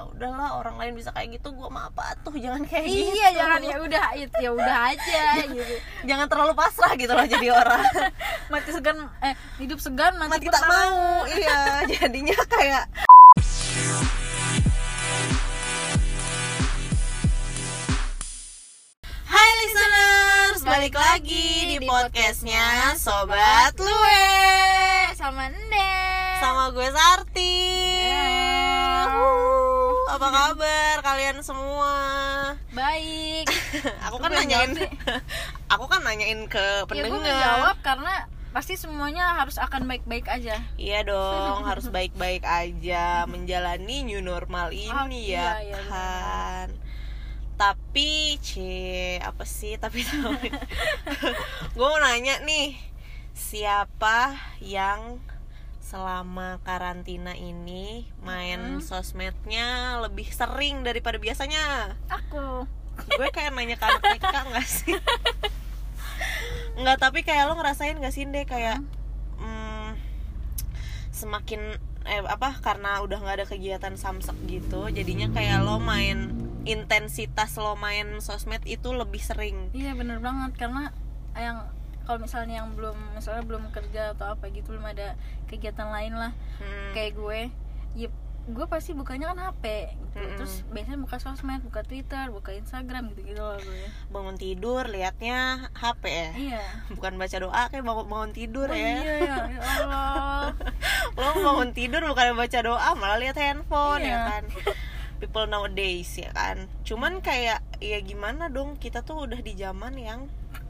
udahlah orang lain bisa kayak gitu, gue mah apa tuh, jangan kayak gitu. Iya, jangan ya udah aja gitu. Jangan terlalu pasrah gitu loh jadi orang. Mati segan hidup segan mati tak mau. Iya, jadinya kayak Hai listeners, balik lagi di podcastnya Sobat Lue sama Nde, sama gue Sarti. Apa kabar kalian semua? Baik. Aku kan nanyain ke pendengar. Ya gue menjawab karena pasti semuanya harus akan baik-baik aja. Iya dong, harus baik-baik aja menjalani new normal ini ya kan. Tapi apa sih? Gue mau nanya nih, siapa yang selama karantina ini main sosmednya lebih sering daripada biasanya? Aku. Gue kayak nanya ke anak TK nggak sih? Nggak, tapi kayak lo ngerasain nggak sih deh kayak semakin karena udah nggak ada kegiatan samsek gitu, jadinya kayak lo intensitas lo main sosmed itu lebih sering. Iya bener banget, karena kalau misalnya yang belum kerja atau apa gitu, belum ada kegiatan lain lah, kayak gue, ya gue pasti bukanya kan HP gitu. Terus biasanya buka sosmed, buka Twitter, buka Instagram gitu loh gue. Bangun tidur liatnya HP ya? Iya. Bukan baca doa kayak bangun tidur ya? Iya ya Allah. Lo bangun tidur bukan baca doa, malah lihat handphone. Iya. Ya kan? People nowadays ya kan. Cuman kayak ya gimana dong, kita tuh udah di zaman yang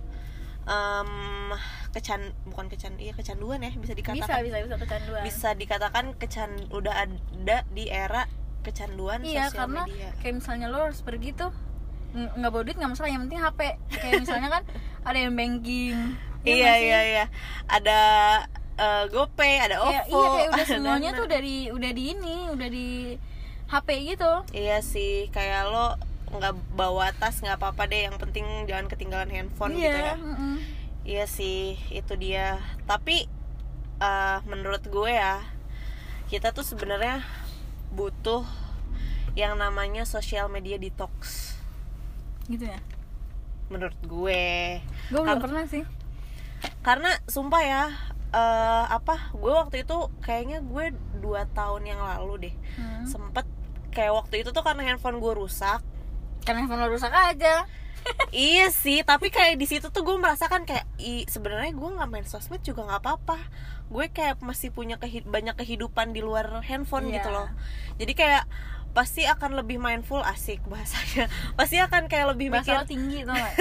kecanduan ya, bisa dikatakan. Bisa kecanduan. Bisa dikatakan udah ada di era kecanduan iya, sosial karena media. Kayak misalnya lo harus pergi tuh nggak bawa duit nggak masalah, yang penting HP. Kayak misalnya kan ada yang banking. Iya. Ada GoPay, ada OVO. Iya, kayak udah semuanya tuh udah di HP gitu. Iya sih, kayak lo nggak bawa tas nggak apa-apa deh, yang penting jangan ketinggalan handphone gitu ya. Iya sih, itu dia. Tapi menurut gue ya, kita tuh sebenarnya butuh yang namanya social media detox gitu ya, menurut gue. Gue belum pernah sih, karena sumpah ya, gue waktu itu kayaknya gue 2 tahun yang lalu deh sempet kayak waktu itu tuh karena handphone gue rusak. Karena handphone lo rusak aja. Iya sih, tapi kayak di situ tuh gue merasakan kayak sebenarnya gue nggak main sosmed juga nggak apa-apa. Gue kayak masih punya banyak kehidupan di luar handphone gitu loh. Jadi kayak pasti akan lebih mindful, asik bahasanya. Pasti akan kayak lebih bahasa mikir tinggi tau gak?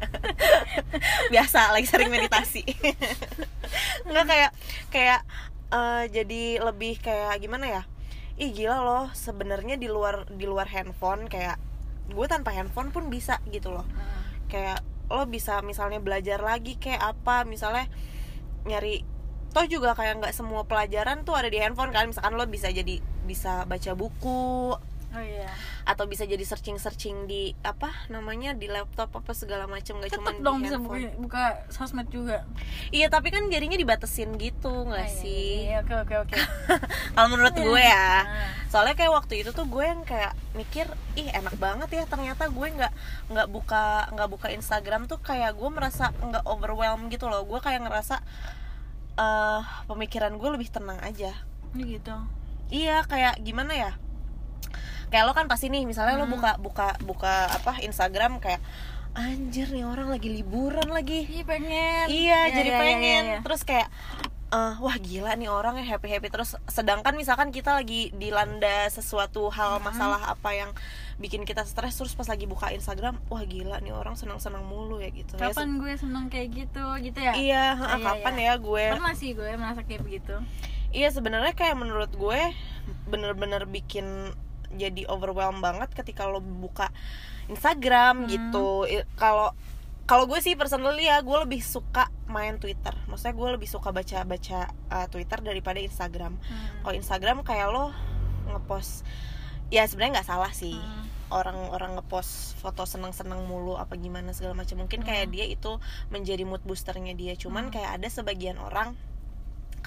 Biasa lagi sering meditasi. Nggak kayak jadi lebih kayak gimana ya? Ih gila loh, sebenarnya di luar handphone kayak gue tanpa handphone pun bisa gitu loh. Kayak lo bisa misalnya belajar lagi kayak apa, misalnya nyari, toh juga kayak nggak semua pelajaran tuh ada di handphone kan. Misalkan lo bisa baca buku. Oh iya. Atau bisa jadi searching di di laptop apa segala macam, nggak cuma di dong handphone. Bisa buka sosmed juga. Iya, tapi kan jadinya dibatesin gitu nggak sih? Iya, oke. Kalau menurut gue ya, soalnya kayak waktu itu tuh gue yang kayak mikir, enak banget ya ternyata gue nggak buka Instagram tuh, kayak gue merasa nggak overwhelmed gitu loh. Gue kayak ngerasa pemikiran gue lebih tenang aja. Gitu. Iya, kayak gimana ya? Kayak lo kan pasti nih, misalnya lo buka Instagram kayak anjir nih orang lagi liburan lagi. Pengen. Iya, jadi pengen. Iya. Terus kayak wah gila nih orang ya, happy terus. Sedangkan misalkan kita lagi dilanda sesuatu hal masalah apa yang bikin kita stres, terus pas lagi buka Instagram, wah gila nih orang senang-senang mulu ya gitu. Kapan gue senang kayak gitu ya? Iya, kapan ya gue? Pernah sih gue merasa kayak begitu. Iya, sebenarnya kayak menurut gue bener-bener bikin jadi overwhelmed banget ketika lo buka Instagram gitu. Kalau gue sih personally ya, gue lebih suka main Twitter. Maksudnya gue lebih suka baca Twitter daripada Instagram. Kalau Instagram kayak lo ngepost, ya sebenarnya nggak salah sih. Orang ngepost foto seneng-seneng mulu apa gimana segala macam. Mungkin kayak dia itu menjadi mood boosternya dia. Cuman kayak ada sebagian orang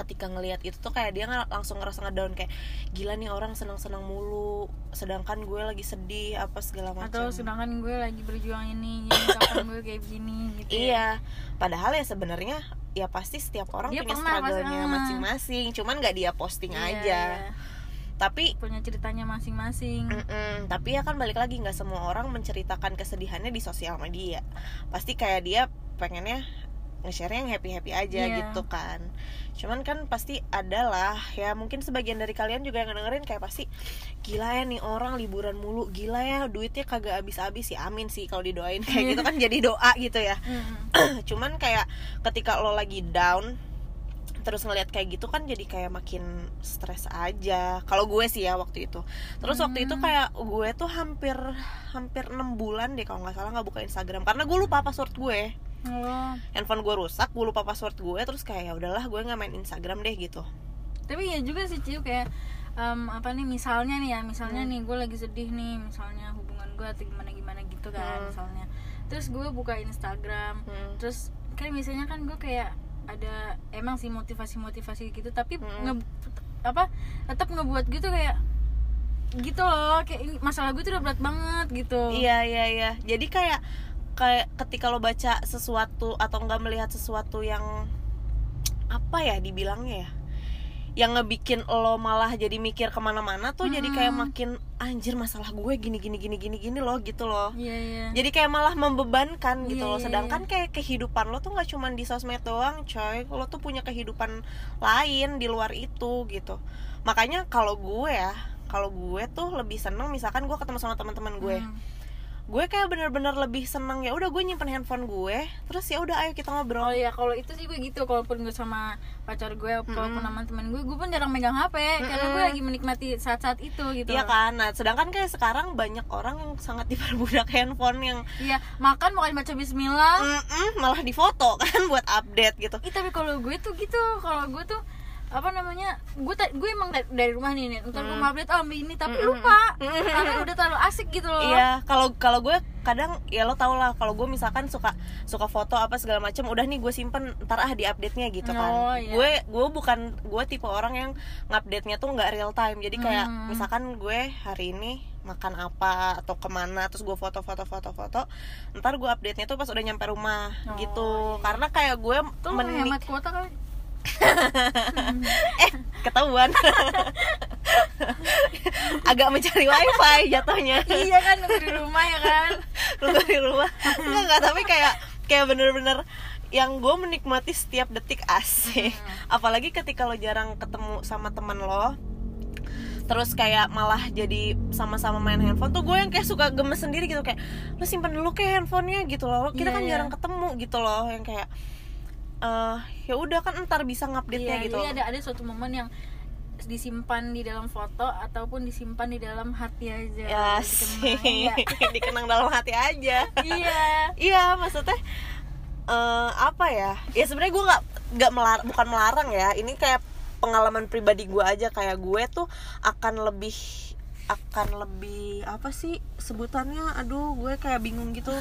ketika ngelihat itu tuh kayak dia langsung ngerasa ngedown, kayak gila nih orang senang-senang mulu sedangkan gue lagi sedih apa segala macam, atau sedangkan gue lagi berjuang ini jadi kapan gue kayak begini gitu. Iya, padahal ya sebenarnya ya pasti setiap orang dia punya pernah struggle-nya masing-masing, cuman nggak dia posting iya, aja. iya. Tapi punya ceritanya masing-masing. Tapi ya kan balik lagi, nggak semua orang menceritakan kesedihannya di sosial media. Pasti kayak dia pengennya nge-share yang happy-happy aja gitu kan. Cuman kan pasti ada lah ya, mungkin sebagian dari kalian juga yang dengerin kayak pasti gila ya nih orang liburan mulu, gila ya duitnya kagak habis-habis, ya amin sih kalau didoain kayak gitu kan jadi doa gitu ya. Cuman kayak ketika lo lagi down terus ngelihat kayak gitu kan jadi kayak makin stres aja kalau gue sih ya waktu itu. Terus waktu itu kayak gue tuh hampir 6 bulan deh kalau nggak salah nggak buka Instagram karena gue lupa password gue. Handphone gue rusak, gue lupa password gue, terus kayak ya udahlah gue nggak main Instagram deh gitu. Tapi ya juga sih Ciu kayak apa nih misalnya nih nih gue lagi sedih nih misalnya hubungan gue atau gimana gitu kan misalnya, terus gue buka Instagram terus kan misalnya kan gue kayak ada emang sih motivasi gitu tapi tetap ngebuat gitu kayak gitu loh, kayak ini masalah gue tuh udah berat banget gitu. Iya jadi kayak ketika lo baca sesuatu atau enggak melihat sesuatu yang apa ya dibilangnya ya, yang ngebikin lo malah jadi mikir kemana-mana tuh jadi kayak makin anjir masalah gue gini loh gitu loh. Jadi kayak malah membebankan gitu loh. Sedangkan kayak kehidupan lo tuh nggak cuma di sosmed doang coy, lo tuh punya kehidupan lain di luar itu gitu. Makanya kalau gue tuh lebih seneng misalkan gue ketemu sama teman-teman gue kayak bener-bener lebih seneng ya udah gue nyimpen handphone gue terus ya udah ayo kita ngobrol. Oh ya kalau itu sih gue gitu, kalaupun gue sama pacar gue kalaupun sama temen gue pun jarang megang HP karena gue lagi menikmati saat-saat itu gitu. Iya kan, nah sedangkan kayak sekarang banyak orang yang sangat diperbudak handphone yang makan mau baca bismillah malah difoto kan buat update gitu. Tapi kalau gue tuh gitu, kalau gue tuh apa namanya, gue emang dari rumah nih ntar gue mau update ini tapi lupa karena udah terlalu asik gitu loh. Iya, kalau gue kadang ya lo tau lah kalau gue misalkan suka foto apa segala macam udah nih gue simpen ntar di update nya gitu kan. Gue tipe orang yang ngupdate nya tuh nggak real time, jadi kayak misalkan gue hari ini makan apa atau kemana terus gue foto ntar gue update nya tuh pas udah nyampe rumah gitu. Karena kayak gue tuh menghemat kuota kali. Ketahuan. Agak mencari wifi jatuhnya. Iya kan, nunggu di rumah ya kan. Nunggu di rumah. Enggak, tapi kayak bener-bener yang gue menikmati setiap detik asik. Apalagi ketika lo jarang ketemu sama teman lo, terus kayak malah jadi sama-sama main handphone tuh gue yang kayak suka gemes sendiri gitu, kayak lo simpan dulu kayak handphonenya gitu loh. Kita kan jarang ketemu gitu loh, yang kayak ya udah kan ntar bisa ngupdate-nya gitu. Jadi ada suatu momen yang disimpan di dalam foto ataupun disimpan di dalam hati aja. Ya sih, dikenang dalam hati aja. Iya, maksudnya apa ya? Ya sebenarnya gue bukan melarang ya. Ini kayak pengalaman pribadi gue aja, kayak gue tuh akan lebih apa sih sebutannya? Aduh, gue kayak bingung gitu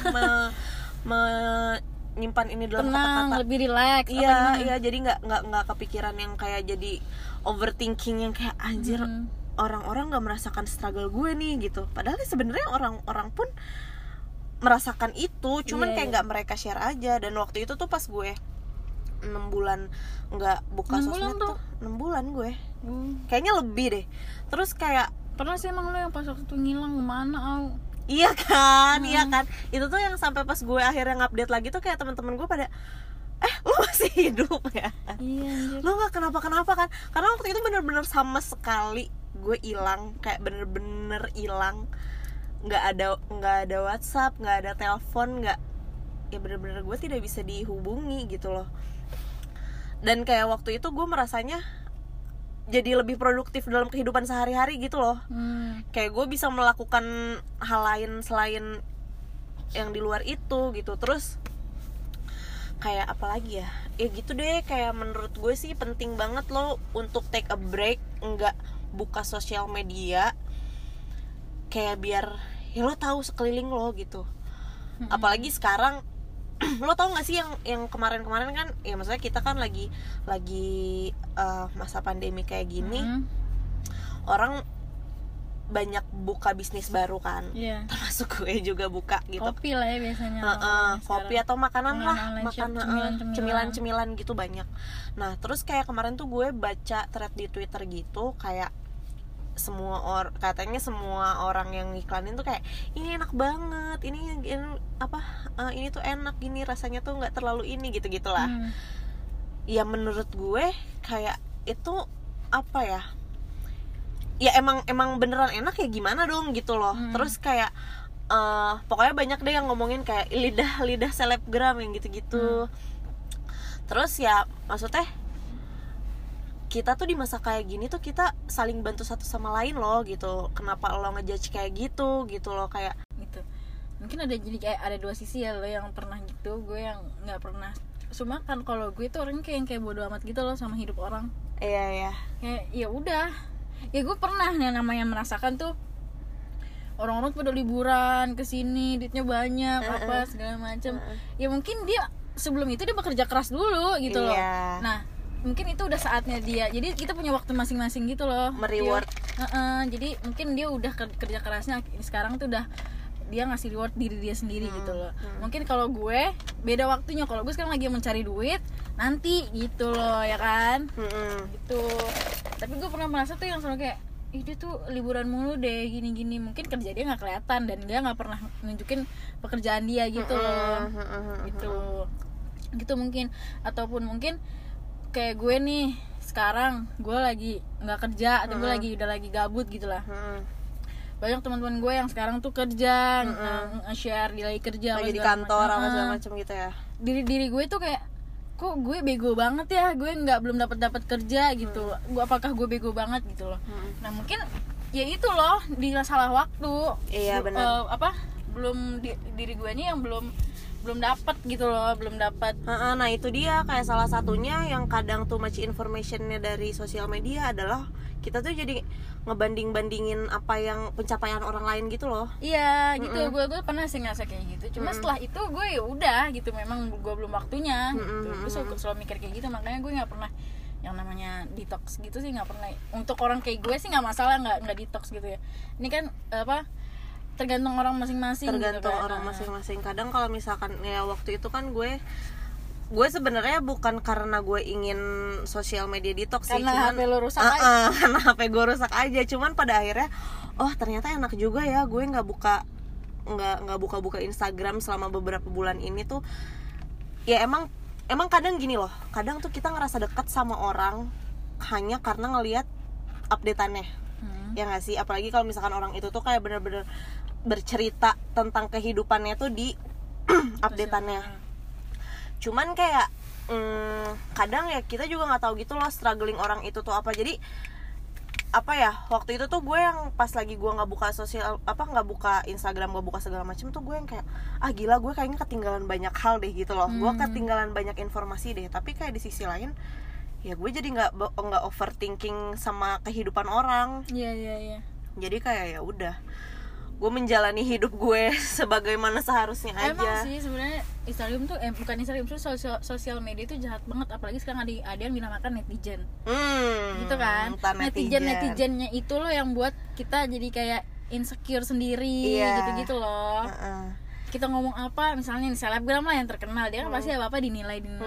nyimpan ini dalam kata-kata, lebih relax. Iya, jadi nggak kepikiran yang kayak jadi overthinking yang kayak anjir orang-orang nggak merasakan struggle gue nih gitu. Padahal sebenarnya orang-orang pun merasakan itu, cuman kayak nggak mereka share aja. Dan waktu itu tuh pas gue 6 bulan nggak buka sosmed tuh 6 bulan gue, kayaknya lebih deh. Terus kayak pernah sih emang lo yang pas waktu itu ngilang kemana Iya kan. Itu tuh yang sampai pas gue akhirnya ngupdate lagi tuh kayak teman-teman gue pada lo masih hidup ya? Iya. Lo nggak kenapa-kenapa kan? Karena waktu itu bener-bener sama sekali gue hilang, kayak bener-bener hilang. Nggak ada WhatsApp, nggak ada telepon, ya bener-bener gue tidak bisa dihubungi gitu loh. Dan kayak waktu itu gue merasanya jadi lebih produktif dalam kehidupan sehari-hari gitu loh. Kayak gue bisa melakukan hal lain selain yang di luar itu gitu. Terus kayak apa lagi ya gitu deh, kayak menurut gue sih penting banget lo untuk take a break, nggak buka sosial media, kayak biar ya lo tahu sekeliling lo gitu. Apalagi sekarang lo tau gak sih yang kemarin-kemarin kan, ya maksudnya kita kan lagi masa pandemi kayak gini, orang banyak buka bisnis baru kan, termasuk gue juga buka gitu. Kopi lah ya biasanya. Kopi atau makanan lah, cemilan gitu banyak. Nah terus kayak kemarin tuh gue baca thread di Twitter gitu, kayak katanya semua orang yang ngiklanin tuh kayak ini enak banget, ini tuh enak, gini rasanya tuh nggak terlalu ini gitu gitulah. Ya menurut gue kayak itu apa ya emang beneran enak ya gimana dong gitu loh. Terus kayak pokoknya banyak deh yang ngomongin kayak lidah selebgram yang gitu-gitu. Terus ya maksudnya kita tuh di masa kayak gini tuh kita saling bantu satu sama lain loh gitu. Kenapa lo ngejudge kayak gitu loh, kayak gitu. Mungkin kayak ada dua sisi ya, lo yang pernah gitu, gue yang nggak pernah. Cuma kan kalau gue tuh orang kayak bodo amat gitu loh sama hidup orang. Iya. Kayak ya udah. Ya gue pernah yang namanya merasakan tuh orang-orang pada liburan ke sini, duitnya banyak, apa segala macam. Ya mungkin dia sebelum itu dia bekerja keras dulu gitu loh. Nah, mungkin itu udah saatnya dia. Jadi kita punya waktu masing-masing gitu loh. Mereward. Jadi mungkin dia udah kerja kerasnya, sekarang tuh udah dia ngasih reward diri dia sendiri gitu loh. Mungkin kalau gue beda waktunya. Kalau gue sekarang lagi mencari duit nanti gitu loh, ya kan? Gitu. Tapi gue pernah merasa tuh yang selalu kayak dia tuh liburan mulu deh, gini-gini. Mungkin kerja dia nggak kelihatan dan dia nggak pernah nunjukin pekerjaan dia gitu loh. Gitu mungkin. Ataupun mungkin kayak gue nih sekarang gue lagi nggak kerja atau gue udah lagi gabut gitulah. Banyak teman-teman gue yang sekarang tuh kerja, share dia lagi kerja lagi di kantor apa segala macam gitu ya. Diri gue tuh kayak kok gue bego banget ya, gue belum dapat kerja gitu. Apakah gue bego banget gitu loh. Nah mungkin ya itu loh, di salah waktu. Iya benar. Diri gue nya yang belum dapat gitu loh, belum dapat. Nah itu dia, kayak salah satunya yang kadang too much informationnya dari sosial media adalah kita tuh jadi ngebanding-bandingin apa yang pencapaian orang lain gitu loh. Iya gitu. Gue pernah sih ngerasa kayak gitu. Cuma setelah itu gue ya udah gitu, memang gue belum waktunya gitu. Gue selalu mikir kayak gitu, makanya gue nggak pernah yang namanya detox gitu sih, nggak pernah. Untuk orang kayak gue sih nggak masalah nggak detox gitu ya. Ini kan tergantung orang masing-masing. Orang masing-masing. Kadang kalau misalkan ya waktu itu kan gue sebenarnya bukan karena gue ingin sosial media detox sih, karena HP lo rusak aja. Karena HP gue rusak aja. Cuman pada akhirnya ternyata enak juga ya gue nggak buka Instagram selama beberapa bulan ini tuh. Ya emang kadang gini loh, kadang tuh kita ngerasa dekat sama orang hanya karena ngelihat update-annya. Ya nggak sih, apalagi kalau misalkan orang itu tuh kayak bener-bener bercerita tentang kehidupannya tuh di update-annya. Cuman kayak kadang ya kita juga nggak tahu gitu loh struggling orang itu tuh apa. Jadi waktu itu tuh gue yang pas lagi gue nggak buka Instagram, nggak buka segala macam tuh gue yang kayak gila, gue kayaknya ketinggalan banyak hal deh gitu loh. Gue ketinggalan banyak informasi deh. Tapi kayak di sisi lain ya gue jadi nggak overthinking sama kehidupan orang. Iya. Jadi kayak ya udah, gue menjalani hidup gue sebagaimana seharusnya aja. Emang sih sebenarnya Instagram tuh bukan Instagram, sosial media itu jahat banget. Apalagi sekarang ada yang dinamakan netizen. Gitu kan. Netizennya itu loh yang buat kita jadi kayak insecure sendiri. Gitu loh. Kita ngomong apa, misalnya selebgram lah yang terkenal, dia kan pasti apa dinilai gitu.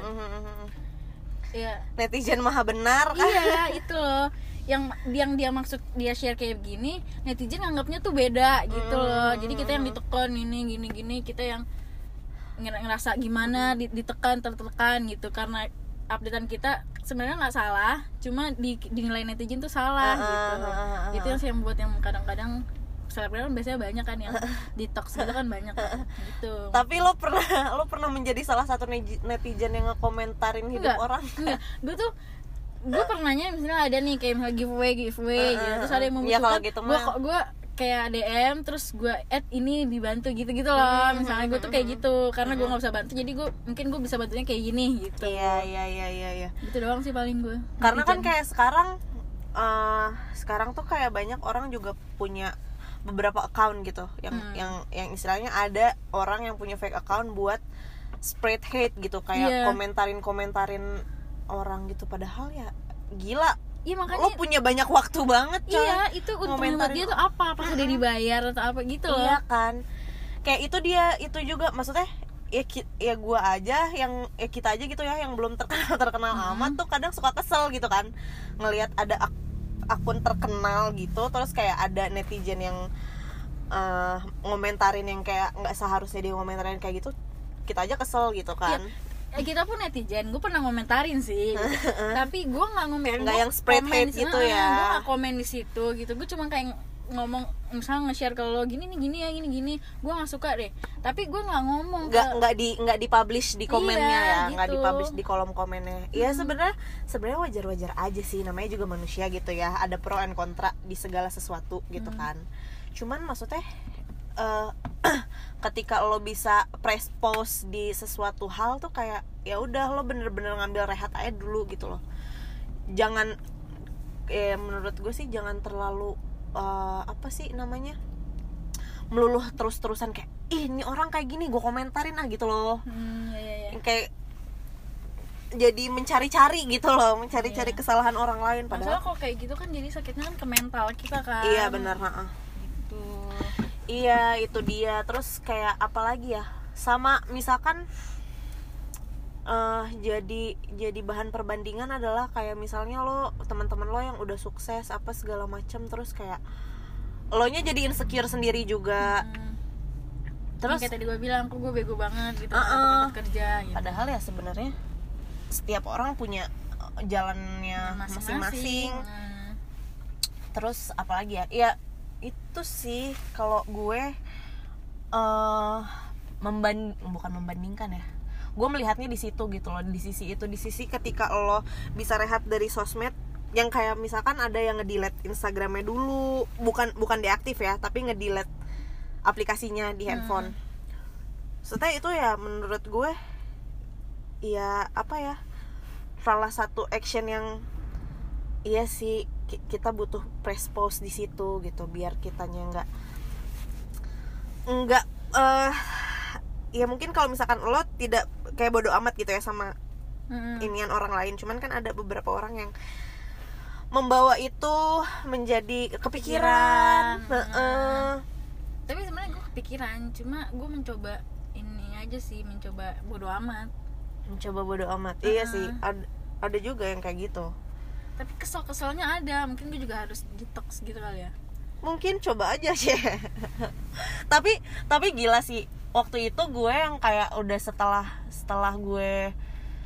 Iya. Netizen maha benar. Iya itu loh. Yang dia maksud dia share kayak begini, netizen anggapnya tuh beda gitu loh. Jadi kita yang ditekan ini gini, kita yang ngerasa gimana ditekan tertekan gitu karena updatean kita sebenarnya nggak salah, cuma dinilai netizen tuh salah gitu. Itu yang buat yang kadang-kadang selebgram biasanya banyak kan yang detox gitu kan banyak gitu. Tapi lo pernah menjadi salah satu netizen yang ngekomentarin hidup orang? Enggak. Gue pernahnya misalnya ada nih kayak misalnya giveaway gitu, terus ada yang membutuhkan, gitu gue kayak DM terus gue add ini dibantu gitu loh. Misalnya gue tuh kayak gitu karena gue nggak bisa bantu, jadi gue bisa bantunya kayak gini gitu. Iya. Gitu doang sih paling gue. Karena kan kayak sekarang tuh kayak banyak orang juga punya beberapa account gitu yang istilahnya ada orang yang punya fake account buat spread hate gitu, kayak komentarin orang gitu, padahal ya gila. Iya makanya lo punya banyak waktu banget coy. Iya, itu untungnya buat dia tuh apa udah dibayar atau apa gitu loh. Iya kan, kayak itu juga maksudnya ya gue aja yang kita aja gitu ya yang belum terkenal amat tuh kadang suka kesel gitu kan ngelihat ada akun terkenal gitu terus kayak ada netizen yang ngomentarin yang kayak nggak seharusnya dia ngomentarin kayak gitu, kita aja kesel gitu kan. Kita pun netizen, gue pernah ngomentarin sih tapi gue nggak nggak yang spread hate gitu ya. Gue nggak komen di situ gitu, gue cuma kayak ngomong misalnya nge-share ke lo gini nih gini ya gini gue nggak suka deh, tapi gue nggak ngomong nggak dipublish di komennya ya, nggak gitu. dipublish di kolom komennya. Iya sebenarnya wajar aja sih, namanya juga manusia gitu ya, ada pro and kontra di segala sesuatu gitu kan. Cuman maksudnya ketika lo bisa press pause di sesuatu hal tuh kayak ya udah lo bener-bener ngambil rehat aja dulu gitu loh. Jangan menurut gue sih jangan terlalu apa sih namanya meluluh terus-terusan kayak ini orang kayak gini gue komentarin gitu loh. Kayak jadi mencari-cari gitu loh, mencari-cari kesalahan orang lain, padahal kalau kayak gitu kan jadi sakitnya kan ke mental kita kan. Iya benar, gitu. Iya itu dia. Terus kayak apalagi ya, sama misalkan jadi bahan perbandingan adalah kayak misalnya lo teman-teman lo yang udah sukses apa segala macam, terus kayak lo nya jadi insecure sendiri juga. Terus kayak tadi gue bilang kok gue bego banget gitu tempat kerja gitu. Padahal ya sebenarnya setiap orang punya jalannya masing-masing. Terus apalagi ya itu sih kalau gue bukan membandingkan ya, gue melihatnya di situ gitu loh, di sisi itu, di sisi ketika lo bisa rehat dari sosmed yang kayak misalkan ada yang nge-delete Instagramnya dulu, bukan deaktif ya, tapi nge-delete aplikasinya di handphone. Setelah itu ya menurut gue ya apa ya, salah satu action yang iya sih kita butuh press pause di situ gitu, biar kitanya nggak ya mungkin kalau misalkan lo tidak kayak bodo amat gitu ya sama inian orang lain, cuman kan ada beberapa orang yang membawa itu menjadi kepikiran. Tapi sebenarnya gue kepikiran, cuma gue mencoba ini aja sih, mencoba bodo amat. Iya sih, ada juga yang kayak gitu. Tapi kesel-keselnya ada, mungkin gue juga harus detox gitu kali ya. Mungkin coba aja sih. tapi gila sih, waktu itu gue yang kayak udah setelah gue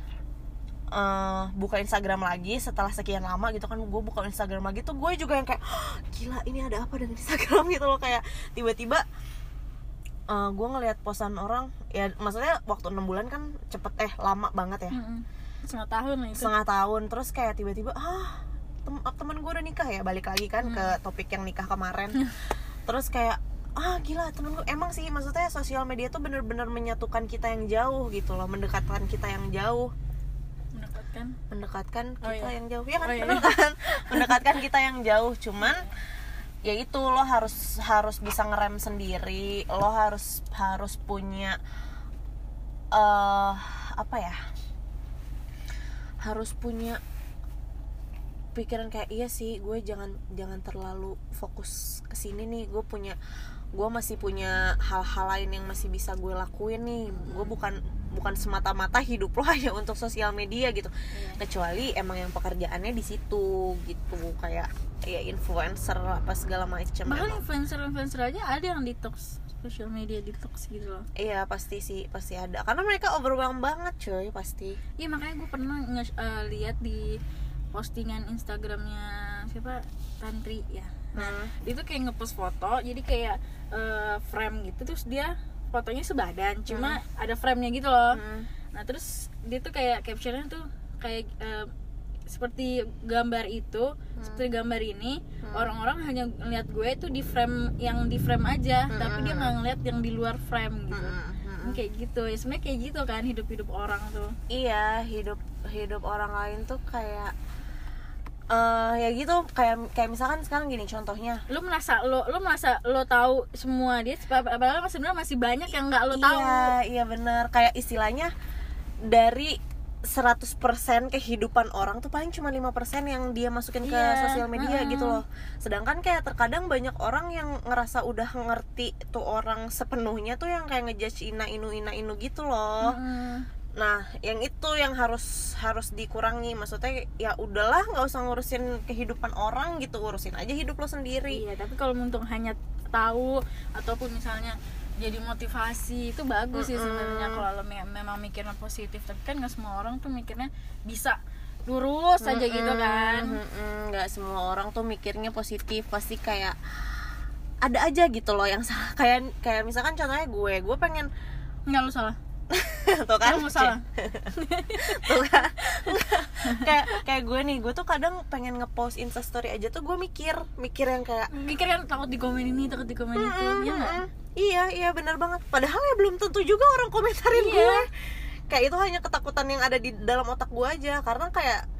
buka Instagram lagi setelah sekian lama gitu kan, gue buka Instagram lagi tuh gue juga yang kayak gila ini ada apa dengan Instagram gitu loh, kayak tiba-tiba gue ngelihat posan orang ya, maksudnya waktu 6 bulan kan cepet lama banget ya. Setengah tahun terus kayak tiba-tiba teman gue udah nikah ya, balik lagi kan ke topik yang nikah kemarin. Terus kayak gila temen gue, emang sih maksudnya sosial media tuh bener-bener menyatukan kita yang jauh gitu loh, mendekatkan kita yang jauh, mendekatkan kita yang jauh ya kan, bener kan, mendekatkan kita yang jauh. Cuman ya itu lo harus bisa ngerem sendiri, lo harus punya apa ya, harus punya pikiran kayak iya sih gue jangan terlalu fokus ke sini nih, gue masih punya hal-hal lain yang masih bisa gue lakuin nih. Gue bukan semata-mata hidup lo hanya untuk sosial media gitu. Kecuali emang yang pekerjaannya di situ gitu, kayak ya influencer apa segala macam. Bahkan influencer aja ada yang detox, social media detox gitu loh. Iya pasti ada, karena mereka overwhelmed banget coy, pasti. Iya makanya gue pernah lihat di postingan Instagramnya siapa, Tantri ya. Nah itu kayak ngepost foto, jadi kayak frame gitu, terus dia fotonya sebadan, cuma ada frame-nya gitu loh. Nah terus dia tuh kayak captionnya tuh kayak seperti gambar itu, seperti gambar ini, orang-orang hanya ngeliat gue itu di frame aja, tapi dia nggak ngeliat yang di luar frame gitu. Kayak gitu ya, sebenarnya kayak gitu kan hidup orang tuh. Iya, hidup orang lain tuh kayak Ya gitu, kayak misalkan sekarang gini contohnya, lu merasa lo tahu semua dia, padahal sebenarnya masih banyak yang nggak lo tahu. Iya bener, kayak istilahnya dari 100% kehidupan orang tuh paling cuma 5% yang dia masukin ke sosial media gitu loh. Sedangkan kayak terkadang banyak orang yang ngerasa udah ngerti tuh orang sepenuhnya tuh yang kayak ngejudge ina inu gitu loh. Nah, yang itu yang harus dikurangi. Maksudnya ya udahlah, nggak usah ngurusin kehidupan orang gitu, urusin aja hidup lo sendiri. Iya, tapi kalau untung hanya tahu ataupun misalnya jadi motivasi itu bagus sih sebenarnya kalau lo memang mikirnya positif. Tapi kan nggak semua orang tuh mikirnya bisa lurus aja gitu kan. Nggak semua orang tuh mikirnya positif, pasti kayak ada aja gitu loh yang salah. Kayak misalkan contohnya gue pengen, nggak, lu salah. Tuh kan, kamu salah. Tuh kan. kayak gue nih, gue tuh kadang pengen ngepost Instastory aja tuh gue mikir yang kayak kan takut di komen ini, takut di komen itu, ya nggak? Iya benar banget. Padahal ya belum tentu juga orang komentarin gue. Kayak itu hanya ketakutan yang ada di dalam otak gue aja. Karena kayak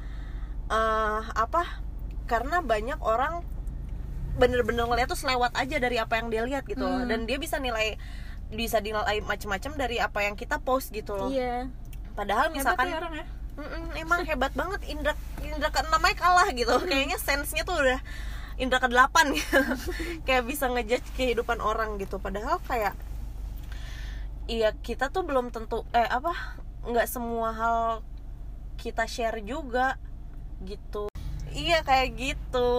karena banyak orang bener-bener ngeliat tuh selewat aja dari apa yang dia lihat gitu loh. Dan dia bisa nilai macam-macam dari apa yang kita post gitu loh. Iya. Padahal misalkan hebat ya orang ya. Emang hebat banget, indra ke-6 kalah gitu. Kayaknya sense-nya tuh udah indra ke-8 gitu. Kayak bisa ngejudge kehidupan orang gitu. Padahal kayak iya, kita tuh belum tentu nggak semua hal kita share juga gitu. Iya kayak gitu.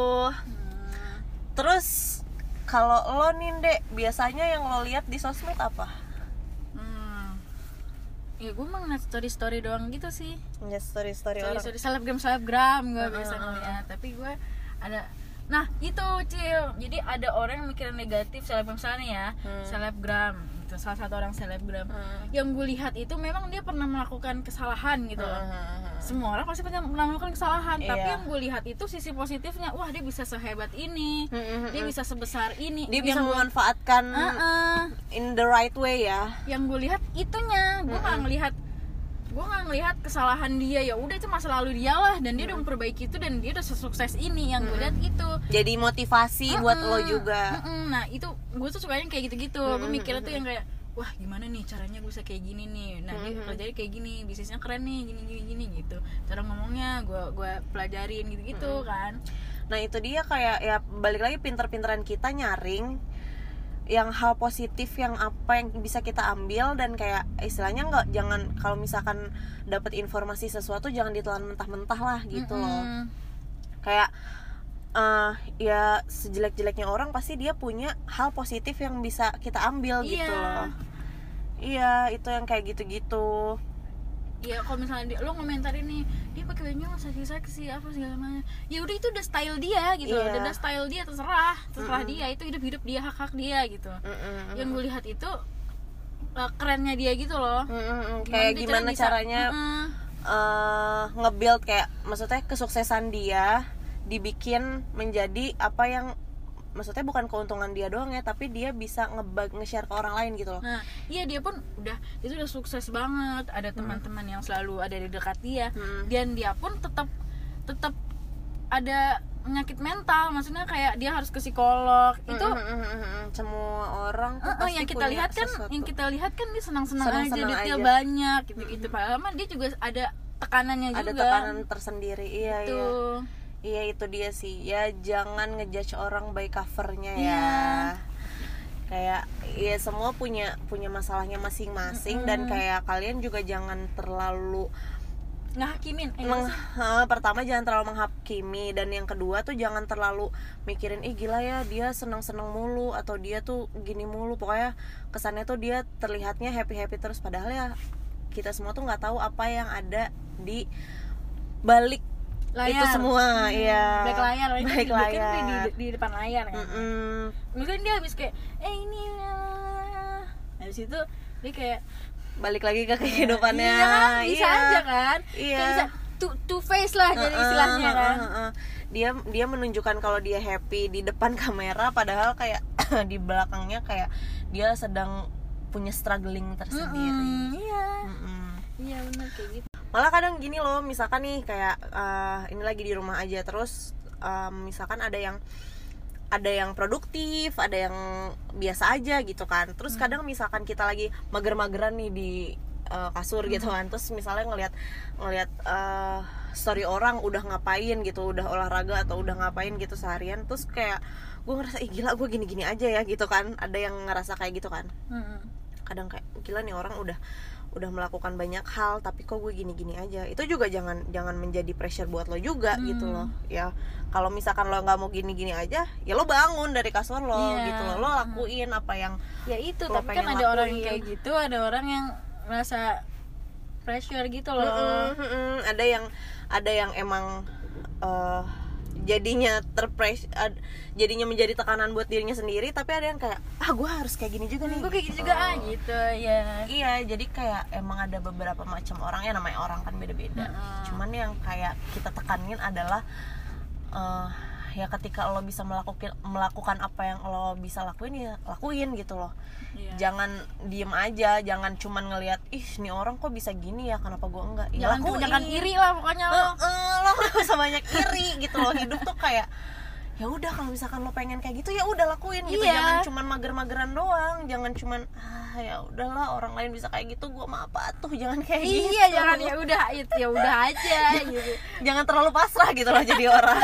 Terus kalau lo nih Dek, biasanya yang lo lihat di sosmed apa? Ya gue mah ngeliat story doang gitu sih. Ya story orang. Story selebgram gue biasa ngeliat. Tapi gue ada, nah itu Cil, jadi ada orang yang mikirin negatif selebgram misalnya ya, selebgram itu salah satu orang selebgram. Yang gue lihat itu memang dia pernah melakukan kesalahan gitu loh. Semua orang pasti pernah melakukan kesalahan, tapi yang gue lihat itu sisi positifnya. Wah, dia bisa sehebat ini, dia bisa sebesar ini, dia bisa memanfaatkan in the right way ya. Yang gue lihat itunya, gue nggak ngelihat kesalahan dia. Ya udah, itu masa lalu dia lah, dan dia udah memperbaiki itu dan dia udah sesukses ini. Yang gue lihat itu jadi motivasi buat lo juga. Nah itu gue tuh sukanya kayak gitu-gitu. Gue mikirnya tuh yang kayak, wah gimana nih caranya gue bisa kayak gini nih. Nah dia pelajari kayak gini, bisnisnya keren nih, gini gitu. Cara ngomongnya gue pelajarin gitu kan. Nah itu dia, kayak ya balik lagi pinter-pinteran kita nyaring yang hal positif, yang apa yang bisa kita ambil. Dan kayak istilahnya jangan, kalau misalkan dapat informasi sesuatu jangan ditelan mentah-mentah lah gitu loh. Kayak ya sejelek-jeleknya orang pasti dia punya hal positif yang bisa kita ambil gitu loh. Iya, itu yang kayak gitu-gitu. Iya, kalau misalnya lo ngomentarin nih, dia pakai baju seksi apa segala macam. Ya udah, itu udah style dia gitu. Udah style dia, terserah dia, itu hidup dia, hak dia gitu. Yang gue lihat itu kerennya dia gitu loh. Kayak gimana caranya nge-build, kayak maksudnya kesuksesan dia dibikin menjadi apa yang, maksudnya bukan keuntungan dia doang ya, tapi dia bisa nge-share ke orang lain gitu loh. Nah, iya, dia pun itu udah sukses banget. Ada teman-teman yang selalu ada di dekat dia. Dan dia pun tetap ada penyakit mental, maksudnya kayak dia harus ke psikolog. Itu semua orang tuh pasti yang kita punya lihat kan, sesuatu. yang kita lihat kan dia senang-senang aja, detail banyak gitu-gitu. Padahal dia juga ada tekanannya juga. Ada tekanan tersendiri. Iya, gitu. Iya itu dia sih. Ya jangan ngejudge orang by covernya ya. Kayak ya semua punya masalahnya masing-masing. Dan kayak kalian juga jangan terlalu ngehakimin. Pertama jangan terlalu menghakimi, dan yang kedua tuh jangan terlalu mikirin gila ya dia seneng-seneng mulu, atau dia tuh gini mulu. Pokoknya kesannya tuh dia terlihatnya happy-happy terus, padahal ya kita semua tuh nggak tahu apa yang ada di balik layar. Itu semua, iya. Balik layar, kan di depan layar kan. Mungkin dia habis kayak ini, habis itu dia kayak balik lagi ke kehidupannya. Iya kan, bisa aja kan. Iya. Kayak bisa two face lah jadi istilahnya kan. Dia menunjukkan kalau dia happy di depan kamera, padahal kayak di belakangnya kayak dia sedang punya struggling tersendiri. Iya benar kayak gitu. Malah kadang gini loh, misalkan nih kayak ini lagi di rumah aja, terus misalkan ada yang produktif, ada yang biasa aja gitu kan. Terus kadang misalkan kita lagi mager-mageran nih di kasur gitu kan, terus misalnya ngelihat story orang udah ngapain gitu, udah olahraga atau udah ngapain gitu seharian, terus kayak gue ngerasa gila gue gini-gini aja ya gitu kan. Ada yang ngerasa kayak gitu kan. Kadang kayak gila nih orang udah melakukan banyak hal tapi kok gue gini-gini aja. Itu juga jangan menjadi pressure buat lo juga gitu loh. Ya kalau misalkan lo nggak mau gini-gini aja, ya lo bangun dari kasur lo gitu loh. Lo lakuin apa yang ya itu. lo tapi kan ada lakuin. orang yang kayak gitu, ada orang yang merasa pressure gitu loh. Ada yang emang jadinya jadinya menjadi tekanan buat dirinya sendiri, tapi ada yang kayak gue harus kayak gini juga nih. Gue kayak gini juga gitu ya. Iya, jadi kayak emang ada beberapa macam orang ya, namanya orang kan beda-beda. Cuman yang kayak kita tekanin adalah ya ketika lo bisa melakukan apa yang lo bisa lakuin, ya lakuin gitu loh. Jangan diem aja, jangan cuman ngelihat nih orang kok bisa gini ya, kenapa gue enggak. Ya, jangan iri lah pokoknya lo. Lo gak usah banyak iri gitu loh. Hidup tuh kayak ya udah, kalau misalkan lo pengen kayak gitu ya udah lakuin gitu. Jangan cuman mager-mageran doang, jangan cuman ya udahlah orang lain bisa kayak gitu, gue mah apa tuh, jangan kayak gitu. Iya, jangan ya udah aja gitu. Jangan terlalu pasrah gitu loh jadi orang.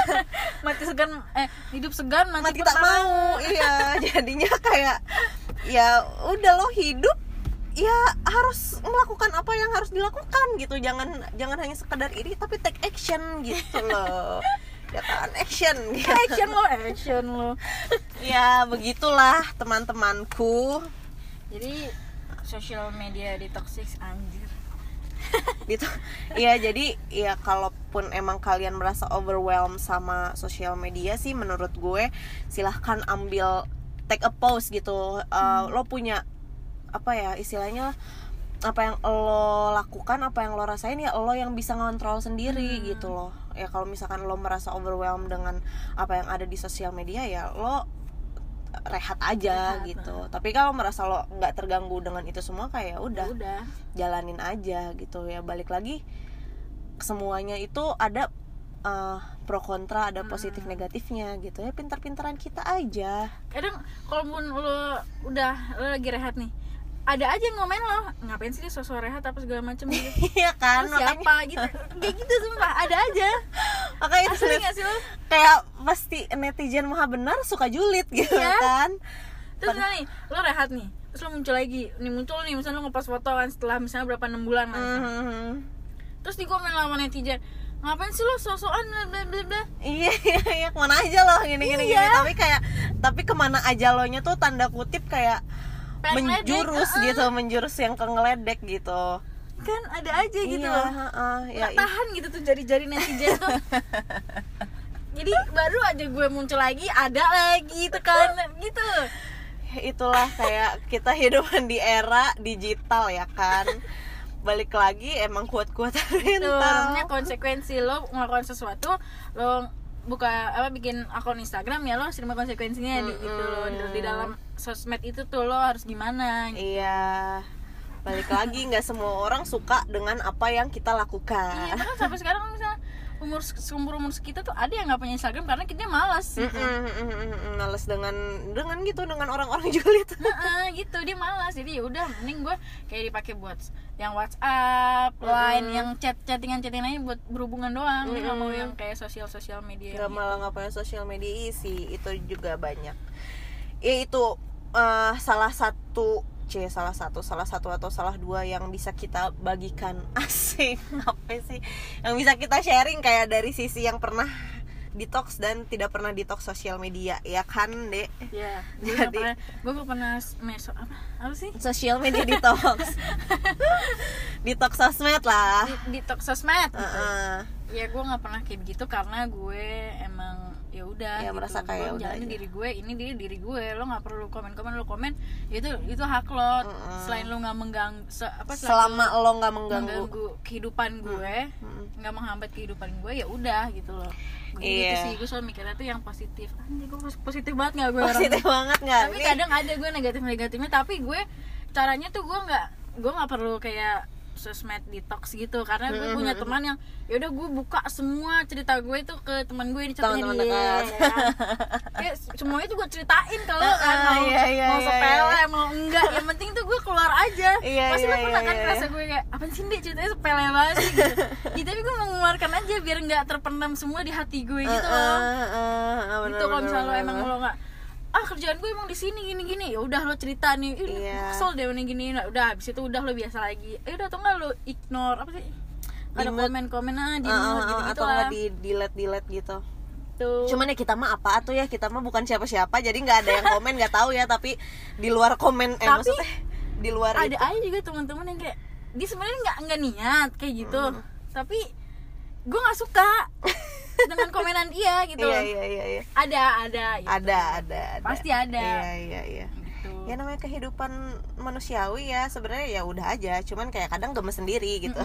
Hidup segan mati tak mau. Iya, jadinya kayak ya udah, lo hidup ya harus melakukan apa yang harus dilakukan gitu. Jangan hanya sekedar iri tapi take action gitu loh. Ya kan, action gitu. action lo. Ya begitulah teman-temanku. Jadi social media detoxis anjir. Gitu. Iya, jadi ya kalaupun emang kalian merasa overwhelmed sama sosial media sih, menurut gue silahkan ambil take a pause gitu. Lo punya apa ya istilahnya, apa yang lo lakukan, apa yang lo rasain ya lo yang bisa ngontrol sendiri gitu loh. Ya kalau misalkan lo merasa overwhelmed dengan apa yang ada di sosial media, ya lo rehat aja gitu. Tapi kalau merasa lo nggak terganggu dengan itu semua, kayak udah jalanin aja gitu. Ya balik lagi, semuanya itu ada pro kontra, ada positif negatifnya gitu. Ya pintar-pintaran kita aja. Kadang kalau lo lagi rehat nih, ada aja yang ngomen lo, ngapain sih dia sosok rehat apa segala macam gitu. Iya kan, siapa gitu, kayak gitu sumpah ada aja. Makanya itu nggak sih lo? Kayak pasti netizen maha benar suka julid gitu kan. Terus nih lo rehat nih, terus lo muncul lagi, muncul nih misalnya lo ngepost foto kan setelah misalnya berapa 6 bulan kan. Terus di komen sama netizen, ngapain sih lo sosokan bla bla bla. Iya, kemana aja lo gini. Tapi kemana aja lo nya tuh tanda kutip kayak menjurus yang ke ngeledek gitu. Kan ada aja gitu loh. Ya, tahan gitu tuh jari-jari netizen tuh. Jadi baru aja gue muncul lagi, ada lagi tekanan gitu. Itulah kayak kita hidup di era digital ya kan. Balik lagi emang kuat-kuatan mental. Namanya konsekuensi lo ngelakuin sesuatu, lo bikin akun Instagram ya lo harus terima konsekuensinya gitu loh. Di dalam sosmed itu tuh lo harus gimana gitu. Iya. Balik lagi, nggak semua orang suka dengan apa yang kita lakukan. Iya, kan sampai sekarang misalnya umur kita tuh ada yang nggak punya Instagram karena kita malas gitu. Malas dengan orang-orang julid. Gitu, dia malas. Jadi ya udah mending gue kayak dipakai buat yang WhatsApp, Line, yang chattingan aja buat berhubungan doang. Nggak mau yang kayak sosial media. Nggak, malah nggak punya sosial media sih, itu juga banyak. Ya itu salah satu atau salah dua yang bisa kita bagikan. Asik, apa sih yang bisa kita sharing kayak dari sisi yang pernah detox dan tidak pernah detox sosial media, ya kan Dek? Iya. Jadi gue pernah apa sih? Sosial media detox. Detox sosmed lah. Detox sosmed. Ya gue nggak pernah kayak begitu karena gue emang ya udah ya, gitu. merasa kayak udah aja. Diri gue ini diri gue, lo nggak perlu komen itu hak lo. Selain lo nggak mengganggu selama lo nggak mengganggu kehidupan gue, nggak menghambat kehidupan gue, ya udah gitu loh. Gitu sih, gue selalu mikirnya tuh yang positif. Anjir, gue positif banget nggak gue positif banget nggak? Tapi kadang ada gue negatifnya, tapi gue caranya tuh gue nggak perlu kayak sosmed detox gitu, karena gue punya teman yang yaudah gue buka semua cerita gue itu ke teman gue, ini contohnya dia ya kan? Kayak semuanya tuh gue ceritain kalau kan mau sepele mau enggak, yang penting tuh gue keluar aja. Pasti lo pernah kan ngerasa gue kayak apaan sih Dek, ceritanya sepele banget sih gitu. Ya, tapi gue mengeluarkan aja biar nggak terpendam semua di hati gue gitu loh. Itu kalau misalnya lo emang lo nggak kerjaan gue emang di sini gini ya udah lo cerita nih, kesel deh gini, udah habis itu udah lo biasa lagi, udah atau enggak lo ignore apa sih, ada komen di gitu atau enggak di delete gitu tuh. Cuman ya kita mah kita mah bukan siapa-siapa, jadi nggak ada yang komen nggak tahu ya, tapi di luar komen maksudnya di luar ada itu. aja juga teman-teman yang kayak dia sebenarnya nggak niat kayak gitu, tapi gue nggak suka dengan komenan dia gitu. Iya. Ada gitu. Ada. Pasti ada. Iya. Gitu. Ya namanya kehidupan manusiawi ya, sebenarnya ya udah aja, cuman kayak kadang gemes sendiri gitu.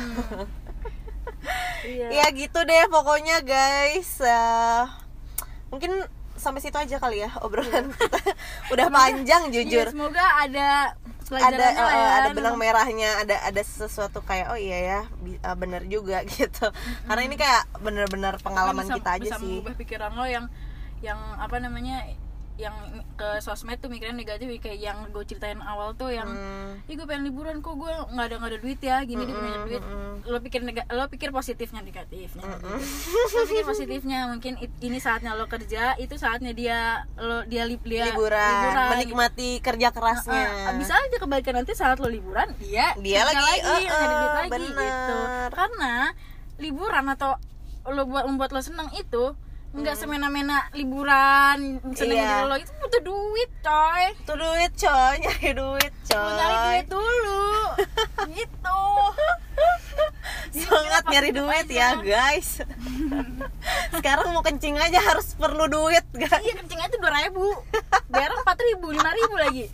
Iya. Ya gitu deh pokoknya guys. Mungkin sampai situ aja kali ya obrolan kita. Udah panjang jujur. Iya, semoga ada ada benang merahnya, ada sesuatu kayak oh iya ya benar juga gitu. Karena ini kayak benar-benar pengalaman kita aja bisa sih. Mengubah pikiran lo yang apa namanya, yang ke sosmed tuh mikiran negatif, kayak yang gue ceritain awal tuh yang gue pengen liburan kok gue nggak ada duit ya gini, dia punya duit. Lo pikir positifnya, negatifnya lo pikir positifnya, mungkin ini saatnya lo kerja, itu saatnya dia liburan menikmati kerja kerasnya. Bisa aja kebalikan, nanti saat lo liburan dia lagi nyari duit lagi gitu. Karena liburan atau lo membuat lo senang itu nggak semena-mena liburan seneng lo, itu butuh duit coy, nyari duit dulu gitu. Semangat nyari duit ya guys. Sekarang mau kencing aja harus perlu duit guys. Iya, kencing aja 2.000, bayar 4.000, 5.000 lagi.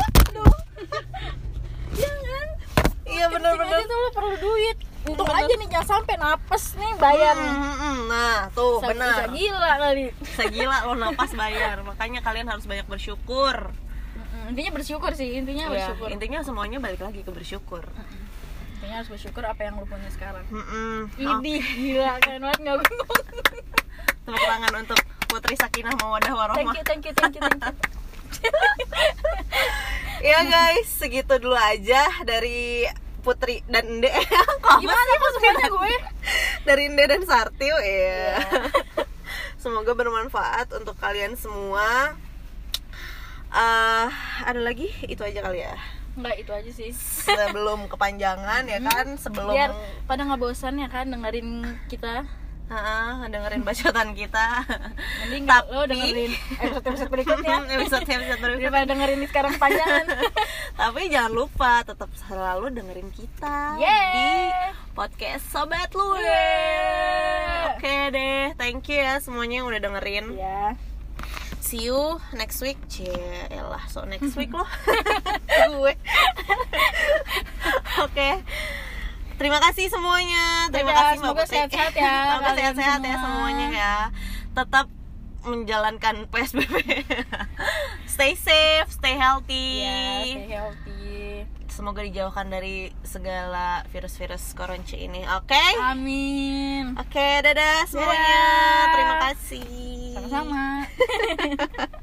Jangan. Iya benar-benar itu lo perlu duit. Untung aja nih jangan sampai napas nih bayar. Nah tuh benar. Gila kali. Segila lo napas bayar. Makanya kalian harus banyak bersyukur. Intinya bersyukur sih, bersyukur. Intinya semuanya balik lagi ke bersyukur. Intinya harus bersyukur apa yang lo punya sekarang. Idih, gila keren banget, nggak bingung. Tepuk tangan untuk Putri Sakinah Mawaddah Warohmah. Thank you. Ya guys, segitu dulu aja dari Putri dan Ende. Gimana kok sebenarnya gue? Dari Ende dan Sartil ya. Semoga bermanfaat untuk kalian semua. Ada lagi? Itu aja kali ya. Enggak, itu aja sih. Sebelum kepanjangan ya kan, biar pada nggak bosan ya kan dengerin kita. Dengerin bacotan kita. Mending lo dengerin episode berikutnya. episode berikutnya daripada dengerin ini sekarang panjangan. Tapi jangan lupa tetap selalu dengerin kita di podcast Sobat Lu. Oke deh, thank you ya semuanya yang udah dengerin. See you next week. Celah, so next week loh. Gue. Oke. Terima kasih semuanya. Terima kasih semoga sehat-sehat ya. Semoga sehat-sehat ya semuanya ya. Tetap menjalankan PSBB. Stay safe, stay healthy. Stay healthy. Semoga dijauhkan dari segala virus-virus koronce ini. Oke? Amin. Oke, dadah semuanya. Terima kasih. Sama-sama.